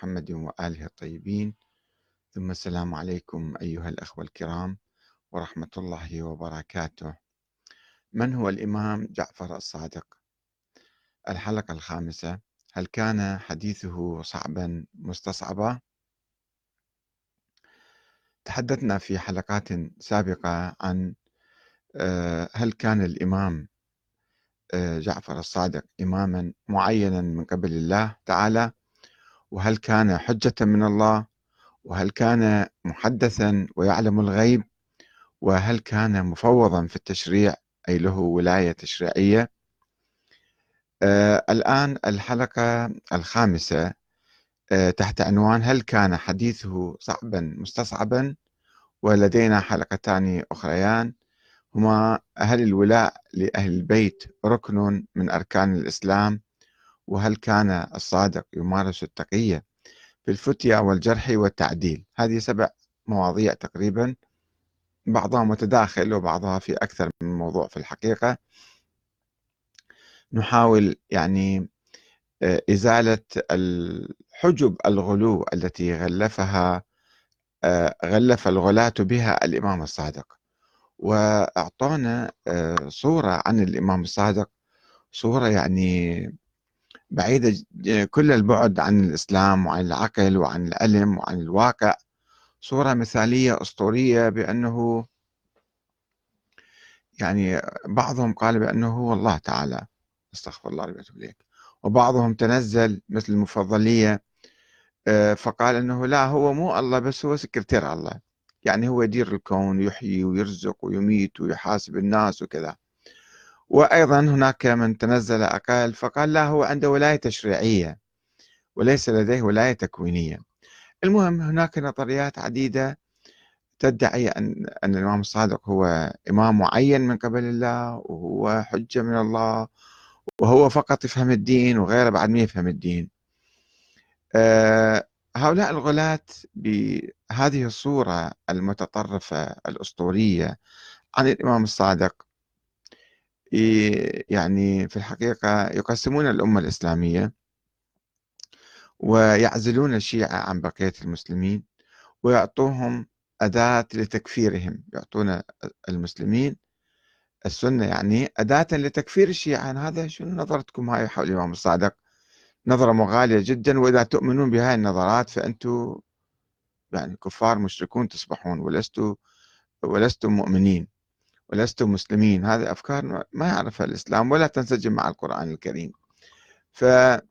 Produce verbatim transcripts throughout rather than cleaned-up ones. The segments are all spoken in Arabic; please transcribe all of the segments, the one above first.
محمد وآله الطيبين، ثم السلام عليكم أيها الأخوة الكرام ورحمة الله وبركاته. من هو الإمام جعفر الصادق؟ الحلقة الخامسة: هل كان حديثه صعبا مستصعبا؟ تحدثنا في حلقات سابقة عن هل كان الإمام جعفر الصادق إماما معينا من قبل الله تعالى، وهل كان حجة من الله، وهل كان محدثا ويعلم الغيب، وهل كان مفوضا في التشريع أي له ولاية تشريعية. آه الآن الحلقة الخامسة آه تحت عنوان هل كان حديثه صعبا مستصعبا، ولدينا حلقتان أخريان هما هل الولاء لأهل البيت ركن من أركان الإسلام، وهل كان الصادق يمارس التقية في الفتية والجرح والتعديل. هذه سبع مواضيع تقريبا، بعضها متداخل وبعضها في أكثر من موضوع. في الحقيقة نحاول يعني إزالة الحجب الغلو التي غلفها غلف الغلاة بها الإمام الصادق، وأعطانا صورة عن الإمام الصادق، صورة يعني بعيدة كل البعد عن الإسلام وعن العقل وعن العلم وعن الواقع، صورة مثالية أسطورية بأنه يعني بعضهم قال بأنه هو الله تعالى، استغفر الله ربي وأتوب إليك، وبعضهم تنزل مثل المفضلية فقال أنه لا، هو مو الله بس هو سكرتير الله، يعني هو يدير الكون، يحيي ويرزق ويميت ويحاسب الناس وكذا. وأيضا هناك من تنزل أقل فقال لا، هو عنده ولاية تشريعية وليس لديه ولاية تكوينية. المهم هناك نظريات عديدة تدعي أن أن الإمام الصادق هو إمام معين من قبل الله، وهو حجة من الله، وهو فقط يفهم الدين وغيره بعد ما يفهم الدين. أه هؤلاء الغلاة بهذه الصورة المتطرفة الأسطورية عن الإمام الصادق يعني في الحقيقة يقسمون الأمة الإسلامية ويعزلون الشيعة عن بقية المسلمين، ويعطوهم أداة لتكفيرهم، يعطون المسلمين السنة يعني أداة لتكفير الشيعة. هذا شنو نظرتكم هاي حول الإمام الصادق؟ نظرة مغالية جدا، وإذا تؤمنون بهاي النظرات فأنتم يعني كفار مشركون تصبحون، ولستم ولستم مؤمنين ولستم مسلمين. هذه أفكار ما يعرفها الإسلام ولا تنسجم مع القرآن الكريم. فالغلو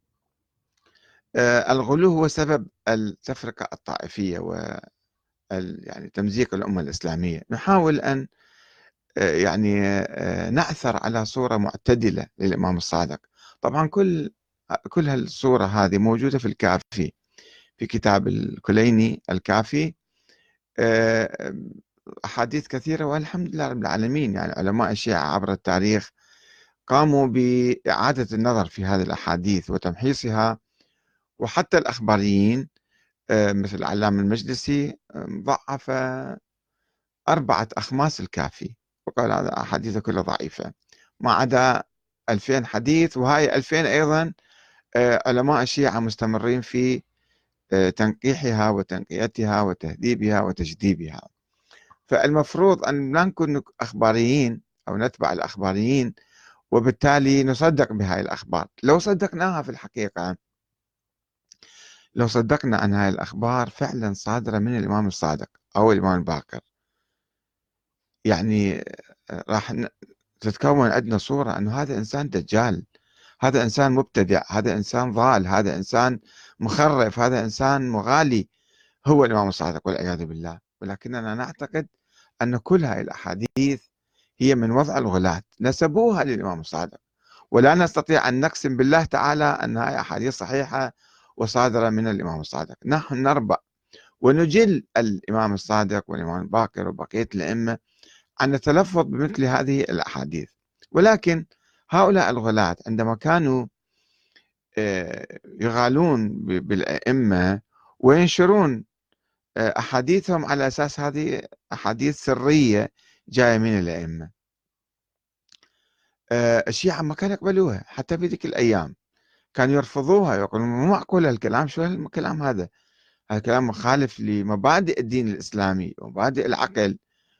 هو سبب التفرقة الطائفية و يعني تمزيق الأمة الإسلامية. نحاول أن يعني نعثر على صورة معتدلة للإمام الصادق. طبعا كل كل هالصورة هذه موجودة في الكافي، في كتاب الكليني الكافي، أحاديث كثيرة والحمد لله رب العالمين. يعني علماء الشيعة عبر التاريخ قاموا بإعادة النظر في هذه الأحاديث وتمحيصها، وحتى الأخباريين مثل العلامة المجلسي ضعف أربعة أخماس الكافي وقال هذا أحاديث كلها ضعيفة، ما عدا ألفين حديث، وهاي ألفين أيضا علماء الشيعة مستمرين في تنقيحها وتنقيتها وتهذيبها وتجذيبها. فالمفروض أن لا نكون أخباريين أو نتبع الأخباريين وبالتالي نصدق بهاي الأخبار. لو صدقناها في الحقيقة، لو صدقنا أن هاي الأخبار فعلا صادرة من الإمام الصادق أو الإمام الباقر، يعني راح تتكون عندنا صورة أنه هذا إنسان دجال، هذا إنسان مبتدع، هذا إنسان ضال، هذا إنسان مخرف، هذا إنسان مغالي، هو الإمام الصادق والعياذ بالله. ولكننا نعتقد أن كل هذه الأحاديث هي من وضع الغلاة، نسبوها للإمام الصادق، ولا نستطيع أن نقسم بالله تعالى أن هذه أحاديث صحيحة وصادرة من الإمام الصادق. نحن نربأ ونجل الإمام الصادق والإمام الباقر وبقية الأئمة عن التلفظ بمثل هذه الأحاديث. ولكن هؤلاء الغلاة عندما كانوا يغالون بالأئمة وينشرون أحاديثهم على أساس هذه أحاديث سرية جاية من الأئمة، الشيعة ما كانوا يقبلوها حتى في ذيك الأيام. كانوا يرفضوها، يقولون مو معقول هالكلام، شو هالكلام هذا؟ هذا كلام مخالف لمبادئ الدين الإسلامي ومبادئ العقل،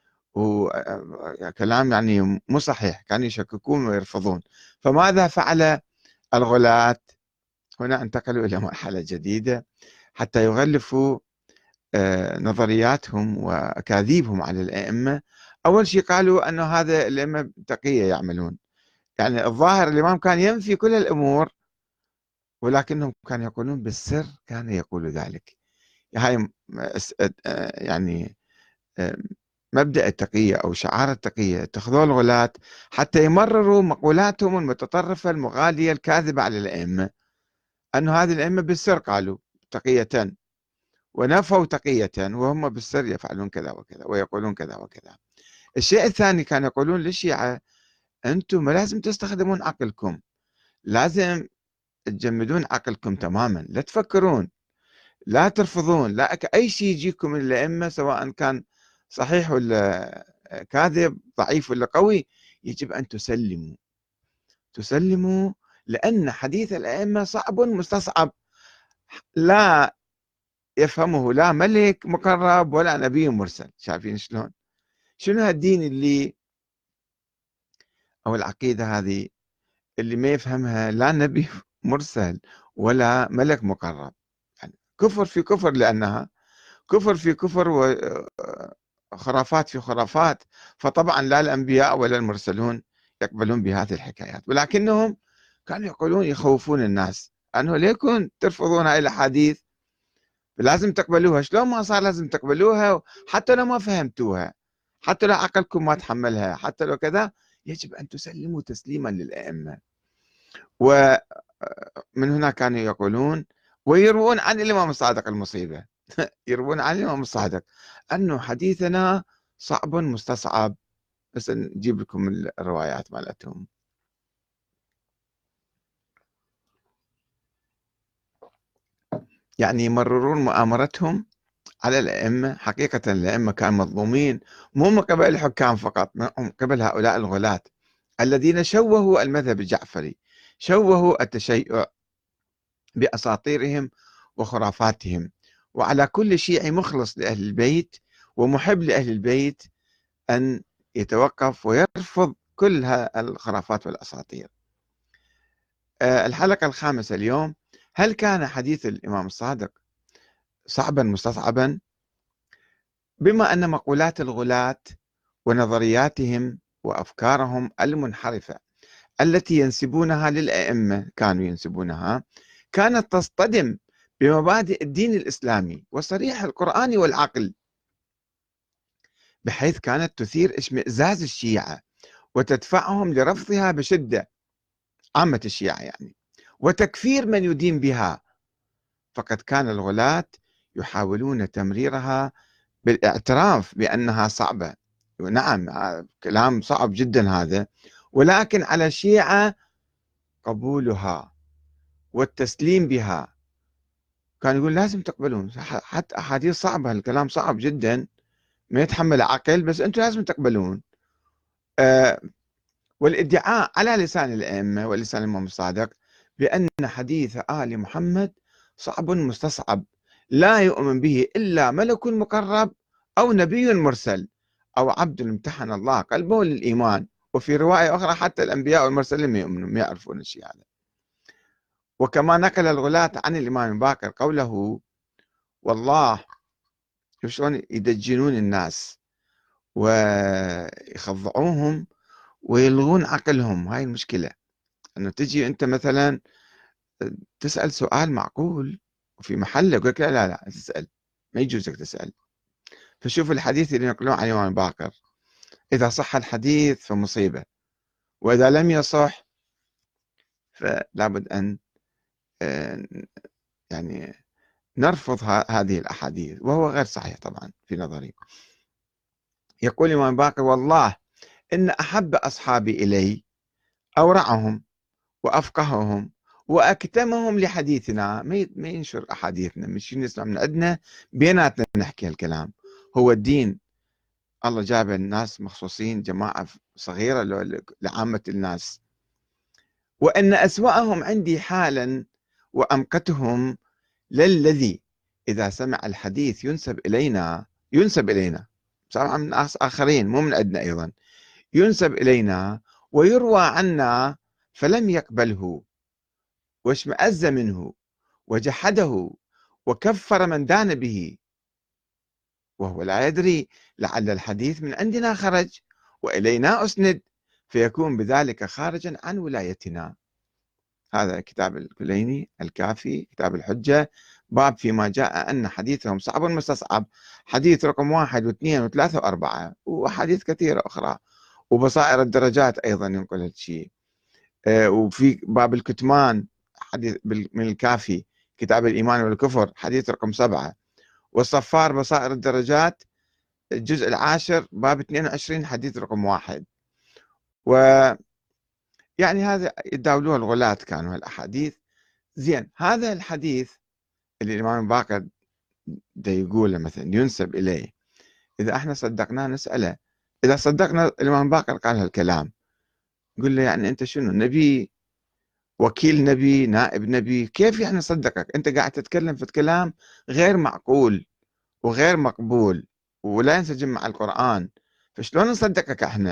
وكلام يعني مو صحيح. كانوا يشككون ويرفضون. فماذا فعل الغلاة؟ هنا انتقلوا إلى مرحلة جديدة حتى يغلفوا آه، نظرياتهم وأكاذيبهم على الأئمة. أول شيء قالوا أنه هذا الأئمة تقية يعملون، يعني الظاهر الإمام كان ينفي كل الأمور، ولكنهم كانوا يقولون بالسر كان يقول ذلك. هاي م- أس- آه، يعني آه، مبدأ التقية أو شعار التقية اتخذوه الغلاة حتى يمرروا مقولاتهم المتطرفة المغالية الكاذبة على الأئمة، أن هذه الأئمة بالسر قالوا تقية، ونفوا تقية، وهم بالسر يفعلون كذا وكذا ويقولون كذا وكذا. الشيء الثاني كان يقولون للشيعة أنتم ما لازم تستخدمون عقلكم، لازم تجمدون عقلكم تماما، لا تفكرون، لا ترفضون، لا أك- أي شيء يجيكم من الأئمة سواء كان صحيح ولا كاذب، ضعيف ولا قوي، يجب أن تسلموا تسلموا، لأن حديث الأئمة صعب مستصعب، لا يفهمه لا ملك مقرب ولا نبي مرسل. شايفين شلون؟ شنو هالدين اللي أو العقيدة هذه اللي ما يفهمها لا نبي مرسل ولا ملك مقرب؟ يعني كفر في كفر، لأنها كفر في كفر وخرافات في خرافات. فطبعا لا الأنبياء ولا المرسلون يقبلون بهذه الحكايات، ولكنهم كانوا يقولون يخوفون الناس أنه ليكن ترفضون هاي الأحاديث، لازم تقبلوها. شلون ما صار لازم تقبلوها حتى لو ما فهمتوها، حتى لو عقلكم ما تحملها، حتى لو كذا، يجب أن تسلموا تسليما للأئمة. ومن هنا كانوا يقولون ويروون عن الإمام الصادق المصيبة يروون عن الإمام الصادق أنه حديثنا صعب مستصعب. بس نجيب لكم الروايات مالتهم. يعني يمررون مؤامرتهم على الأئمة. حقيقة الأئمة كانوا مظلومين، مو من قبل الحكام فقط، من قبل هؤلاء الغلاة الذين شوهوا المذهب الجعفري، شوهوا التشيع بأساطيرهم وخرافاتهم. وعلى كل شيعي مخلص لأهل البيت ومحب لأهل البيت أن يتوقف ويرفض كل الخرافات والأساطير. الحلقة الخامسة اليوم: هل كان حديث الإمام الصادق صعبا مستصعبا؟ بما أن مقولات الغلاة ونظرياتهم وأفكارهم المنحرفة التي ينسبونها للأئمة كانوا ينسبونها كانت تصطدم بمبادئ الدين الإسلامي وصريح القرآن والعقل، بحيث كانت تثير اشمئزاز الشيعة وتدفعهم لرفضها بشدة، عامة الشيعة يعني، وتكفير من يدين بها. فقد كان الغلاة يحاولون تمريرها بالاعتراف بأنها صعبة. نعم كلام صعب جدا هذا، ولكن على الشيعة قبولها والتسليم بها. كان يقول لازم تقبلون حتى أحاديث صعبة، الكلام صعب جدا ما يتحمل عقل، بس أنتم لازم تقبلون. أه والادعاء على لسان الأئمة ولسان الإمام الصادق بأن حديث آل محمد صعب مستصعب، لا يؤمن به إلا ملك مقرب أو نبي مرسل أو عبد امتحن الله قلبه للإيمان. وفي رواية أخرى حتى الأنبياء والمرسلين ما يؤمنون، ما يعرفون الشيء هذا. وكما نقل الغلاة عن الإمام باكر قوله: والله، شوف شلون يدجنون الناس ويخضعوهم ويلغون عقلهم. هاي المشكلة، أنه تجي أنت مثلا تسأل سؤال معقول وفي محله، يقول لك لا لا لا تسأل، ما يجوز لك تسأل. فشوف الحديث اللي ينقلون عن الإمام باكر: إذا صح الحديث فمصيبة، وإذا لم يصح فلا بد أن آه، يعني نرفض هذه الأحاديث، وهو غير صحيح طبعا في نظري. يقول الإمام باكر: والله إن أحب أصحابي إلي أورعهم وأفقههم وأكتمهم لحديثنا. ما ينشر أحاديثنا، مش نسمع من عندنا بيناتنا نحكي هالكلام. هو الدين الله جاب الناس مخصوصين، جماعة صغيرة لعامة الناس، وأن أسوأهم عندي حالا وأمقتهم للذي إذا سمع الحديث ينسب إلينا ينسب إلينا طبعا من ناس آخرين مو من عندنا أيضا، ينسب إلينا ويروى عنا فلم يقبله واشمأز منه وجحده وكفر من دان به وهو لا يدري لعل الحديث من عندنا خرج وإلينا أسند فيكون بذلك خارجا عن ولايتنا. هذا كتاب الكليني الكافي كتاب الحجة، باب فيما جاء أن حديثهم صعب مستصعب، حديث رقم واحد واثنين وثلاثة وأربعة وحديث كثيرة أخرى، وبصائر الدرجات أيضا ينقل هالشيء. آه، وفي باب الكتمان حديث من الكافي كتاب الإيمان والكفر حديث رقم سبعة، والصفار بصائر الدرجات الجزء العاشر باب اثنين وعشرين حديث رقم واحد. و يعني هذا يتداولوها الغلاة كانوا الأحاديث. زين هذا الحديث اللي الإمام الباقر دا يقوله مثلا ينسب إليه، إذا احنا صدقناه نسأله، إذا صدقنا الإمام الباقر قال هالكلام نقول له يعني أنت شنو نبي، وكيل نبي، نائب نبي، كيف يعني نصدقك؟ أنت قاعد تتكلم في كلام غير معقول وغير مقبول ولا ينسجم مع القرآن، فشلون نصدقك احنا؟